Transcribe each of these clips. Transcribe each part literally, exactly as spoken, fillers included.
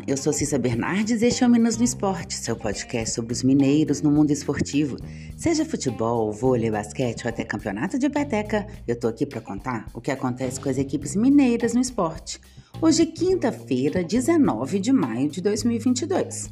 eu sou Cissa Bernardes e este é o Minas no Esporte, seu podcast sobre os mineiros no mundo esportivo. Seja futebol, vôlei, basquete ou até campeonato de peteca, eu tô aqui para contar o que acontece com as equipes mineiras no esporte. Hoje é quinta-feira, dezenove de maio de dois mil e vinte e dois.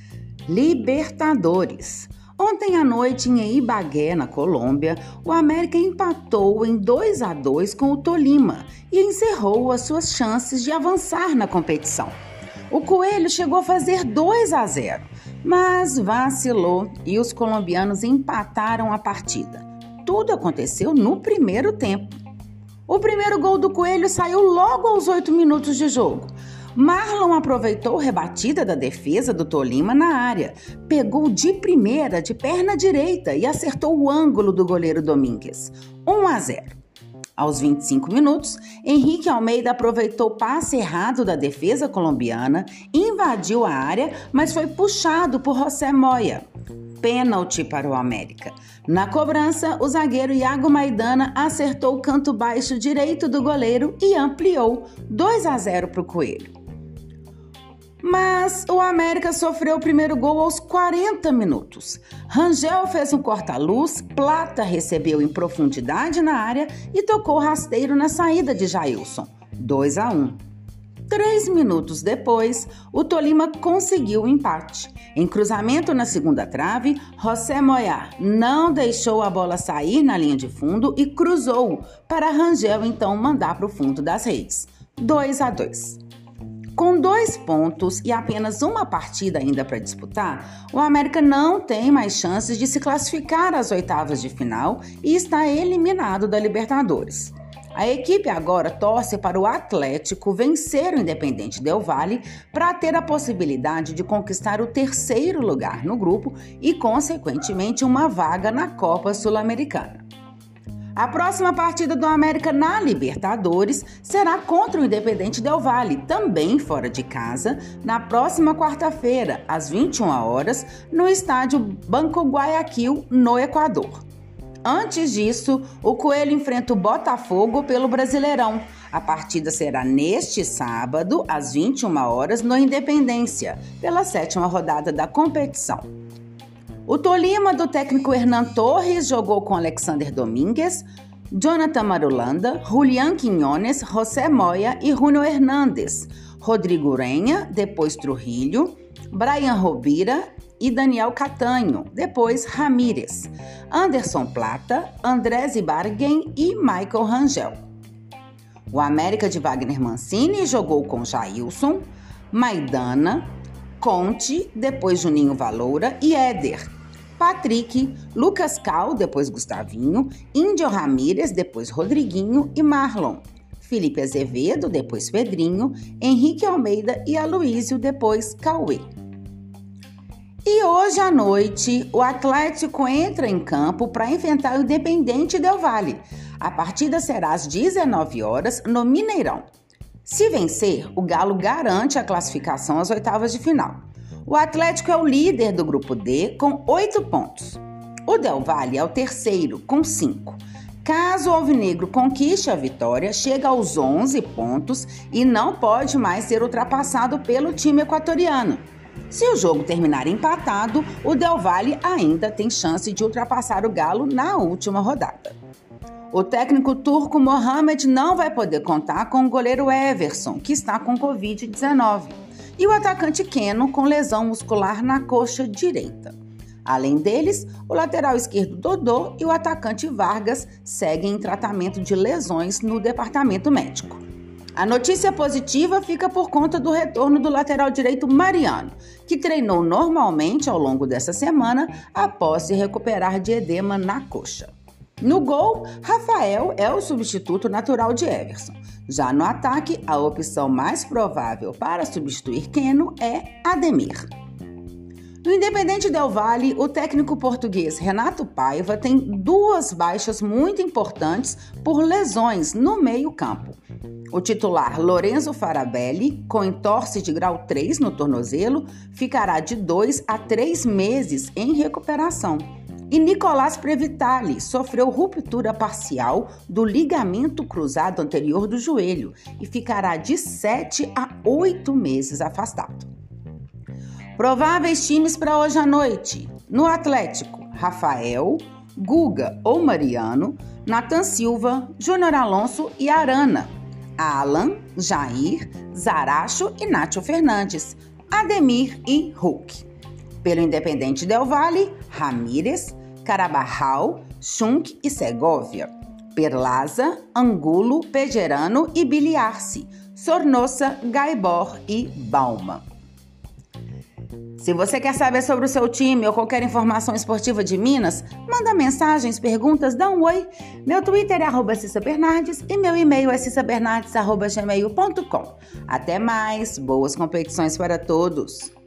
Libertadores. Ontem à noite, em Ibagué, na Colômbia, o América empatou em dois a dois com o Tolima e encerrou as suas chances de avançar na competição. O Coelho chegou a fazer dois a zero, mas vacilou e os colombianos empataram a partida. Tudo aconteceu no primeiro tempo. O primeiro gol do Coelho saiu logo aos oito minutos de jogo. Marlon aproveitou a rebatida da defesa do Tolima na área, pegou de primeira de perna direita e acertou o ângulo do goleiro Domingues. um a zero. Aos vinte e cinco minutos, Henrique Almeida aproveitou o passe errado da defesa colombiana, invadiu a área, mas foi puxado por José Moya. Pênalti para o América. Na cobrança, o zagueiro Iago Maidana acertou o canto baixo direito do goleiro e ampliou dois a zero para o Coelho. Mas o América sofreu o primeiro gol aos quarenta minutos. Rangel fez um corta-luz, Plata recebeu em profundidade na área e tocou rasteiro na saída de Jailson. dois a um. Três minutos depois, o Tolima conseguiu o empate. Em cruzamento na segunda trave, José Moya não deixou a bola sair na linha de fundo e cruzou para Rangel então mandar para o fundo das redes. dois a dois. Com dois pontos e apenas uma partida ainda para disputar, o América não tem mais chances de se classificar às oitavas de final e está eliminado da Libertadores. A equipe agora torce para o Atlético vencer o Independente Del Valle para ter a possibilidade de conquistar o terceiro lugar no grupo e, consequentemente, uma vaga na Copa Sul-Americana. A próxima partida do América na Libertadores será contra o Independente Del Valle, também fora de casa, na próxima quarta-feira, às vinte e uma horas, no estádio Banco Guayaquil, no Equador. Antes disso, o Coelho enfrenta o Botafogo pelo Brasileirão. A partida será neste sábado, às vinte e uma horas, no Independência, pela sétima rodada da competição. O Tolima do técnico Hernan Torres jogou com Alexander Domingues, Jonathan Marulanda, Julián Quiñones, José Moya e Júnior Hernández, Rodrigo Ureña, depois Trujillo, Brian Rovira e Daniel Catanho, depois Ramírez, Anderson Plata, Andrés Ibargüen e Michael Rangel. O América de Wagner Mancini jogou com Jailson, Maidana, Conte, depois Juninho Valoura e Éder, Patrick, Lucas Cal, depois Gustavinho, Índio Ramírez, depois Rodriguinho e Marlon, Felipe Azevedo, depois Pedrinho, Henrique Almeida e Aloísio, depois Cauê. E hoje à noite, o Atlético entra em campo para enfrentar o Independente Del Valle. A partida será às dezenove horas no Mineirão. Se vencer, o Galo garante a classificação às oitavas de final. O Atlético é o líder do grupo D com oito pontos. O Del Valle é o terceiro com cinco. Caso o Alvinegro conquiste a vitória, chega aos onze pontos e não pode mais ser ultrapassado pelo time equatoriano. Se o jogo terminar empatado, o Del Valle ainda tem chance de ultrapassar o Galo na última rodada. O técnico turco Mohamed não vai poder contar com o goleiro Everson, que está com covid dezenove, e o atacante Keno com lesão muscular na coxa direita. Além deles, o lateral esquerdo Dodô e o atacante Vargas seguem em tratamento de lesões no departamento médico. A notícia positiva fica por conta do retorno do lateral direito Mariano, que treinou normalmente ao longo dessa semana após se recuperar de edema na coxa. No gol, Rafael é o substituto natural de Everson. Já no ataque, a opção mais provável para substituir Keno é Ademir. No Independente Del Valle, o técnico português Renato Paiva tem duas baixas muito importantes por lesões no meio-campo. O titular Lorenzo Farabelli, com entorse de grau três no tornozelo, ficará de dois a três meses em recuperação. E Nicolás Previtali sofreu ruptura parcial do ligamento cruzado anterior do joelho e ficará de sete a oito meses afastado. Prováveis times para hoje à noite. No Atlético, Rafael, Guga ou Mariano, Nathan Silva, Júnior Alonso e Arana. Alan, Jair, Zaracho e Nátio Fernandes, Ademir e Hulk. Pelo Independente Del Valle, Ramírez, Carabarral, Schunk e Segovia. Perlaza, Angulo, Pejerano e Biliarci, Sornosa, Gaibor e Bauman. Se você quer saber sobre o seu time ou qualquer informação esportiva de Minas, manda mensagens, perguntas, dá um oi. Meu Twitter é arroba Cissa Bernardes e meu e-mail é cissabernardes arroba gmail ponto com. Até mais, boas competições para todos!